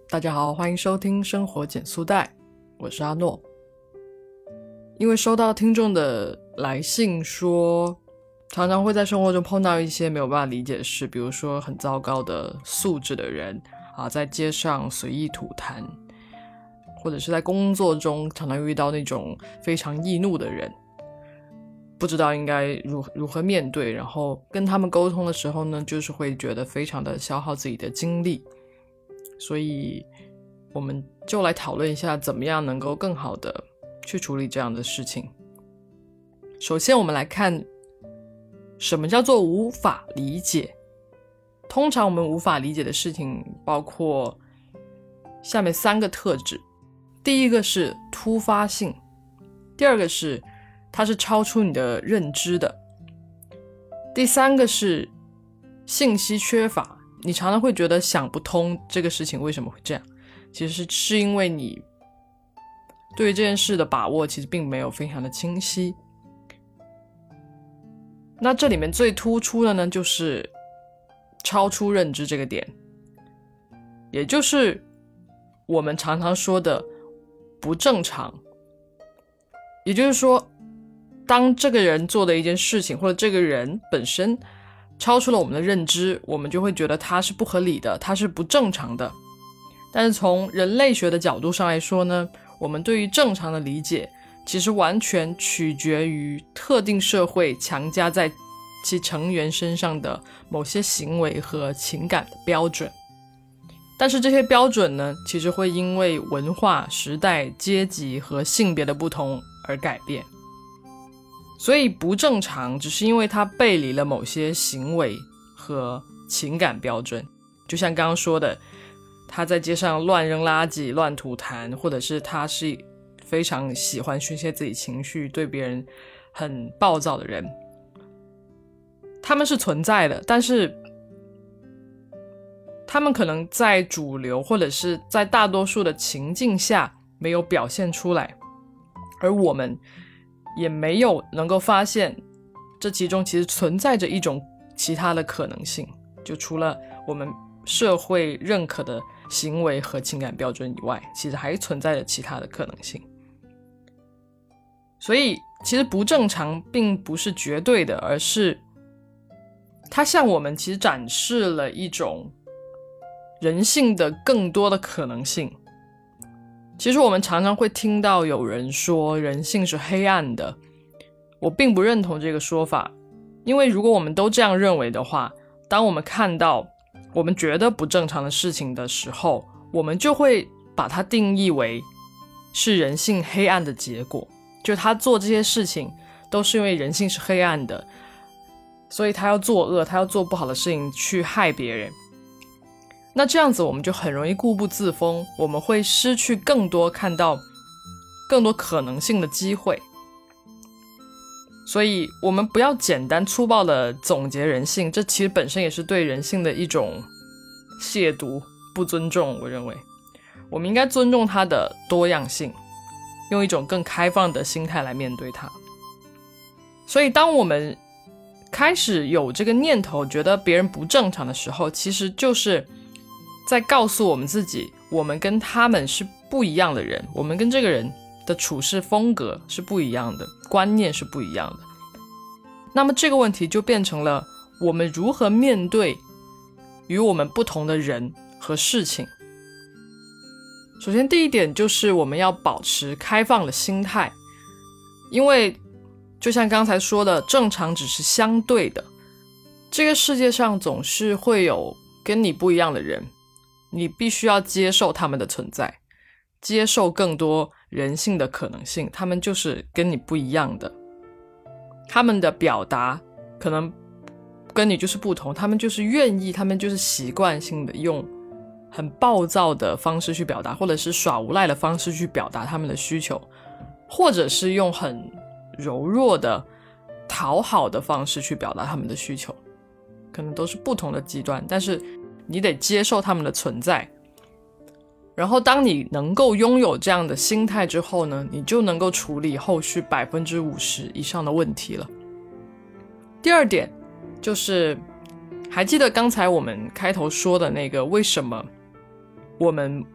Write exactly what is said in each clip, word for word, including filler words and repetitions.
大家好，欢迎收听生活减速带，我是阿诺。因为收到听众的来信说，常常会在生活中碰到一些没有办法理解的事，比如说很糟糕的素质的人啊，在街上随意吐痰，或者是在工作中常常遇到那种非常易怒的人，不知道应该 如, 如何面对，然后跟他们沟通的时候呢，就是会觉得非常的消耗自己的精力。所以我们就来讨论一下怎么样能够更好的去处理这样的事情。首先我们来看什么叫做无法理解。通常我们无法理解的事情包括下面三个特质。第一个是突发性，第二个是它是超出你的认知的，第三个是信息缺乏，你常常会觉得想不通这个事情为什么会这样，其实是因为你对于这件事的把握其实并没有非常的清晰。那这里面最突出的呢，就是超出认知这个点，也就是我们常常说的不正常。也就是说，当这个人做的一件事情，或者这个人本身超出了我们的认知，我们就会觉得它是不合理的，它是不正常的。但是从人类学的角度上来说呢，我们对于正常的理解其实完全取决于特定社会强加在其成员身上的某些行为和情感的标准。但是这些标准呢，其实会因为文化、时代、阶级和性别的不同而改变。所以不正常只是因为它背离了某些行为和情感标准。就像刚刚说的，他在街上乱扔垃圾、乱吐痰，或者是他是非常喜欢宣泄自己情绪，对别人很暴躁的人，他们是存在的，但是他们可能在主流或者是在大多数的情境下没有表现出来，而我们也没有能够发现这其中其实存在着一种其他的可能性，就除了我们社会认可的行为和情感标准以外，其实还存在着其他的可能性。所以其实不正常并不是绝对的，而是它向我们其实展示了一种人性的更多的可能性。其实我们常常会听到有人说人性是黑暗的，我并不认同这个说法。因为如果我们都这样认为的话，当我们看到我们觉得不正常的事情的时候，我们就会把它定义为是人性黑暗的结果，就他做这些事情都是因为人性是黑暗的，所以他要作恶，他要做不好的事情去害别人。那这样子我们就很容易固步自封，我们会失去更多看到更多可能性的机会。所以我们不要简单粗暴的总结人性，这其实本身也是对人性的一种亵渎、不尊重。我认为我们应该尊重它的多样性，用一种更开放的心态来面对它。所以当我们开始有这个念头觉得别人不正常的时候，其实就是在告诉我们自己，我们跟他们是不一样的人，我们跟这个人的处事风格是不一样的，观念是不一样的。那么这个问题就变成了我们如何面对与我们不同的人和事情。首先第一点就是我们要保持开放的心态，因为就像刚才说的，正常只是相对的，这个世界上总是会有跟你不一样的人，你必须要接受他们的存在，接受更多人性的可能性，他们就是跟你不一样的，他们的表达可能跟你就是不同，他们就是愿意，他们就是习惯性的用很暴躁的方式去表达，或者是耍无赖的方式去表达他们的需求，或者是用很柔弱的讨好的方式去表达他们的需求，可能都是不同的极端，但是你得接受他们的存在。然后当你能够拥有这样的心态之后呢，你就能够处理后续 百分之五十 以上的问题了。第二点就是还记得刚才我们开头说的那个为什么我们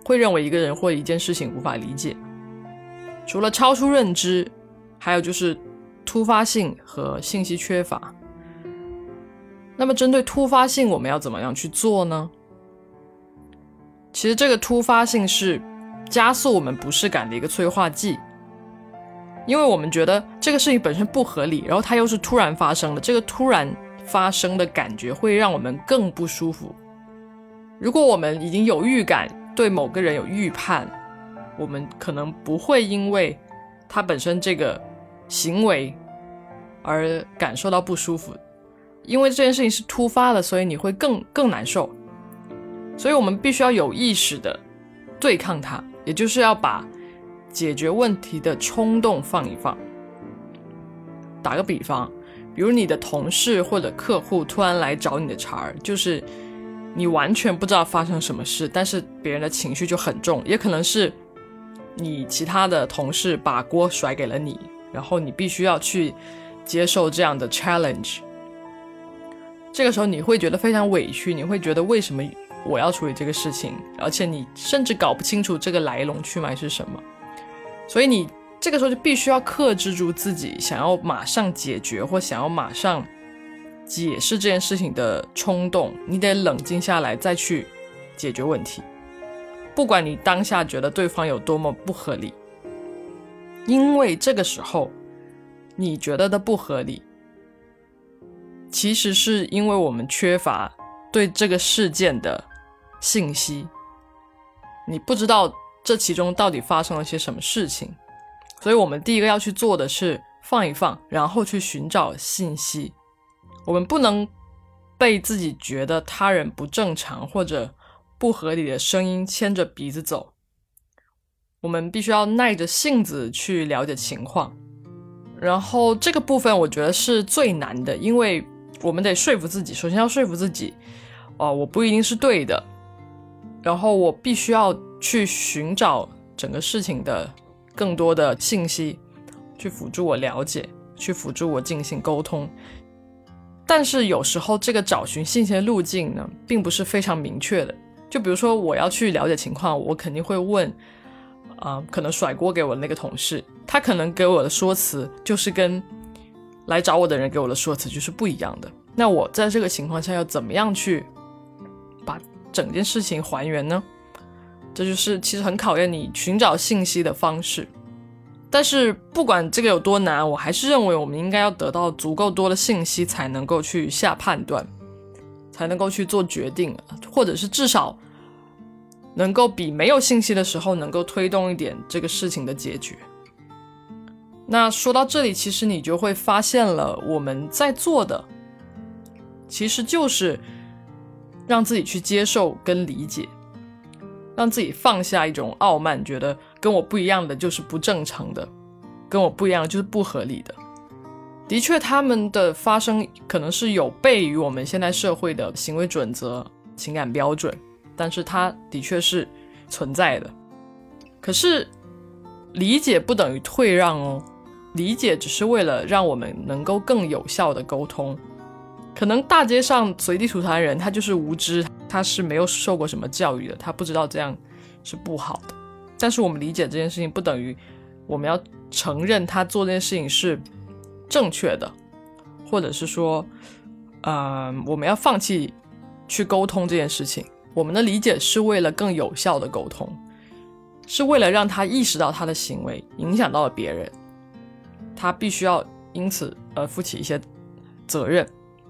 会认为一个人或一件事情无法理解。除了超出认知，还有就是突发性和信息缺乏。那么针对突发性，我们要怎么样去做呢？其实这个突发性是加速我们不适感的一个催化剂，因为我们觉得这个事情本身不合理，然后它又是突然发生的，这个突然发生的感觉会让我们更不舒服。如果我们已经有预感，对某个人有预判，我们可能不会因为他本身这个行为而感受到不舒服，因为这件事情是突发的，所以你会更更难受。所以我们必须要有意识的对抗它，也就是要把解决问题的冲动放一放。打个比方，比如你的同事或者客户突然来找你的茬儿，就是你完全不知道发生什么事，但是别人的情绪就很重，也可能是你其他的同事把锅甩给了你，然后你必须要去接受这样的 challenge。 这个时候你会觉得非常委屈，你会觉得为什么我要处理这个事情，而且你甚至搞不清楚这个来龙去脉是什么。所以你这个时候就必须要克制住自己想要马上解决或想要马上解释这件事情的冲动，你得冷静下来再去解决问题，不管你当下觉得对方有多么不合理，因为这个时候你觉得的不合理，其实是因为我们缺乏对这个事件的信息，你不知道这其中到底发生了些什么事情。所以我们第一个要去做的是放一放，然后去寻找信息。我们不能被自己觉得他人不正常或者不合理的声音牵着鼻子走，我们必须要耐着性子去了解情况。然后这个部分我觉得是最难的，因为我们得说服自己，首先要说服自己，哦，我不一定是对的，然后我必须要去寻找整个事情的更多的信息，去辅助我了解，去辅助我进行沟通。但是有时候这个找寻信息的路径呢，并不是非常明确的。就比如说我要去了解情况，我肯定会问啊、呃，可能甩锅给我的那个同事，他可能给我的说辞就是跟来找我的人给我的说辞就是不一样的。那我在这个情况下要怎么样去把整件事情还原呢？这就是其实很考验你寻找信息的方式。但是不管这个有多难，我还是认为我们应该要得到足够多的信息才能够去下判断，才能够去做决定，或者是至少能够比没有信息的时候能够推动一点这个事情的解决。那说到这里，其实你就会发现了我们在做的其实就是让自己去接受跟理解，让自己放下一种傲慢，觉得跟我不一样的就是不正常的，跟我不一样的就是不合理的。的确他们的发生可能是有悖于我们现在社会的行为准则、情感标准，但是它的确是存在的。可是理解不等于退让哦，理解只是为了让我们能够更有效的沟通。可能大街上随地吐痰人他就是无知，他是没有受过什么教育的，他不知道这样是不好的。但是我们理解这件事情不等于我们要承认他做这件事情是正确的，或者是说呃，我们要放弃去沟通这件事情。我们的理解是为了更有效的沟通，是为了让他意识到他的行为影响到了别人，他必须要因此呃负起一些责任。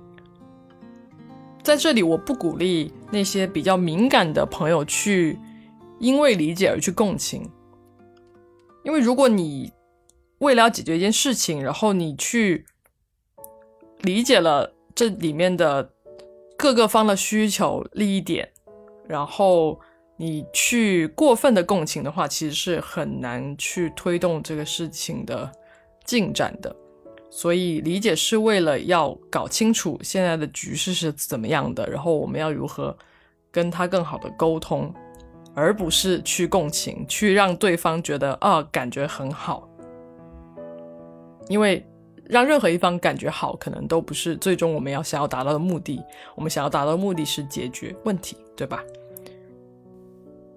在这里我不鼓励那些比较敏感的朋友去因为理解而去共情，因为如果你为了要解决一件事情，然后你去理解了这里面的各个方的需求利益点，然后你去过分的共情的话，其实是很难去推动这个事情的进展的。所以理解是为了要搞清楚现在的局势是怎么样的，然后我们要如何跟他更好的沟通，而不是去共情，去让对方觉得啊感觉很好。因为让任何一方感觉好可能都不是最终我们要想要达到的目的，我们想要达到的目的是解决问题，对吧？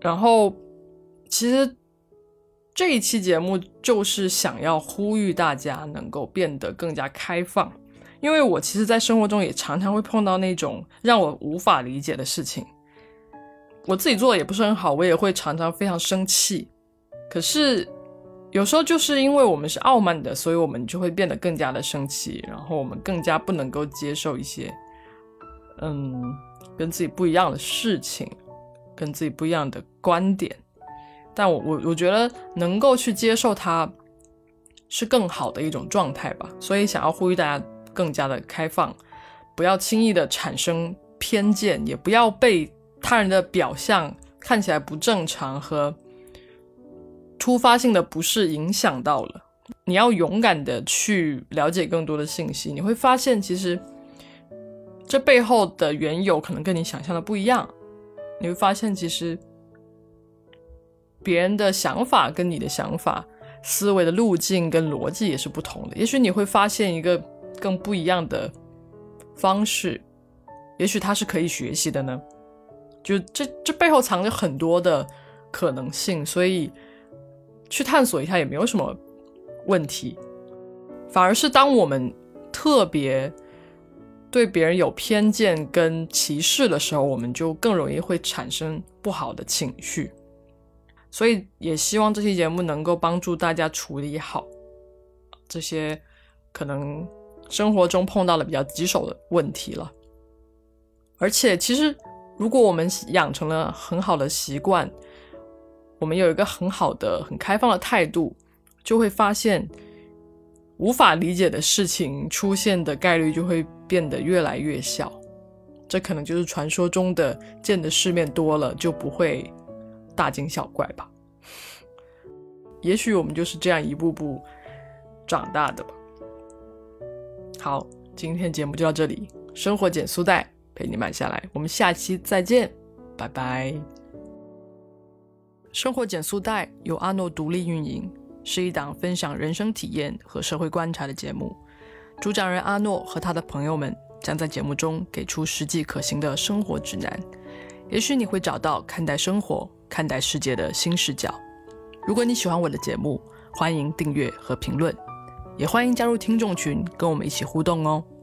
然后其实这一期节目就是想要呼吁大家能够变得更加开放，因为我其实在生活中也常常会碰到那种让我无法理解的事情，我自己做的也不是很好，我也会常常非常生气，可是有时候就是因为我们是傲慢的，所以我们就会变得更加的生气，然后我们更加不能够接受一些嗯，跟自己不一样的事情，跟自己不一样的观点，但我我我觉得能够去接受它是更好的一种状态吧，所以想要呼吁大家更加的开放，不要轻易的产生偏见，也不要被他人的表象看起来不正常和突发性的不适影响到了，你要勇敢的去了解更多的信息，你会发现其实这背后的缘由可能跟你想象的不一样，你会发现其实别人的想法跟你的想法，思维的路径跟逻辑也是不同的，也许你会发现一个更不一样的方式，也许它是可以学习的呢，就这这背后藏着很多的可能性，所以去探索一下也没有什么问题，反而是当我们特别对别人有偏见跟歧视的时候，我们就更容易会产生不好的情绪，所以也希望这期节目能够帮助大家处理好这些可能生活中碰到的比较棘手的问题了。而且其实如果我们养成了很好的习惯，我们有一个很好的很开放的态度，就会发现无法理解的事情出现的概率就会变得越来越小，这可能就是传说中的见的世面多了就不会大惊小怪吧。也许我们就是这样一步步长大的吧。好，今天节目就到这里，生活减速带陪你慢下来，我们下期再见，拜拜。生活减速带由阿诺独立运营，是一档分享人生体验和社会观察的节目，主讲人阿诺和他的朋友们将在节目中给出实际可行的生活指南，也许你会找到看待生活、看待世界的新视角。如果你喜欢我的节目，欢迎订阅和评论，也欢迎加入听众群跟我们一起互动哦。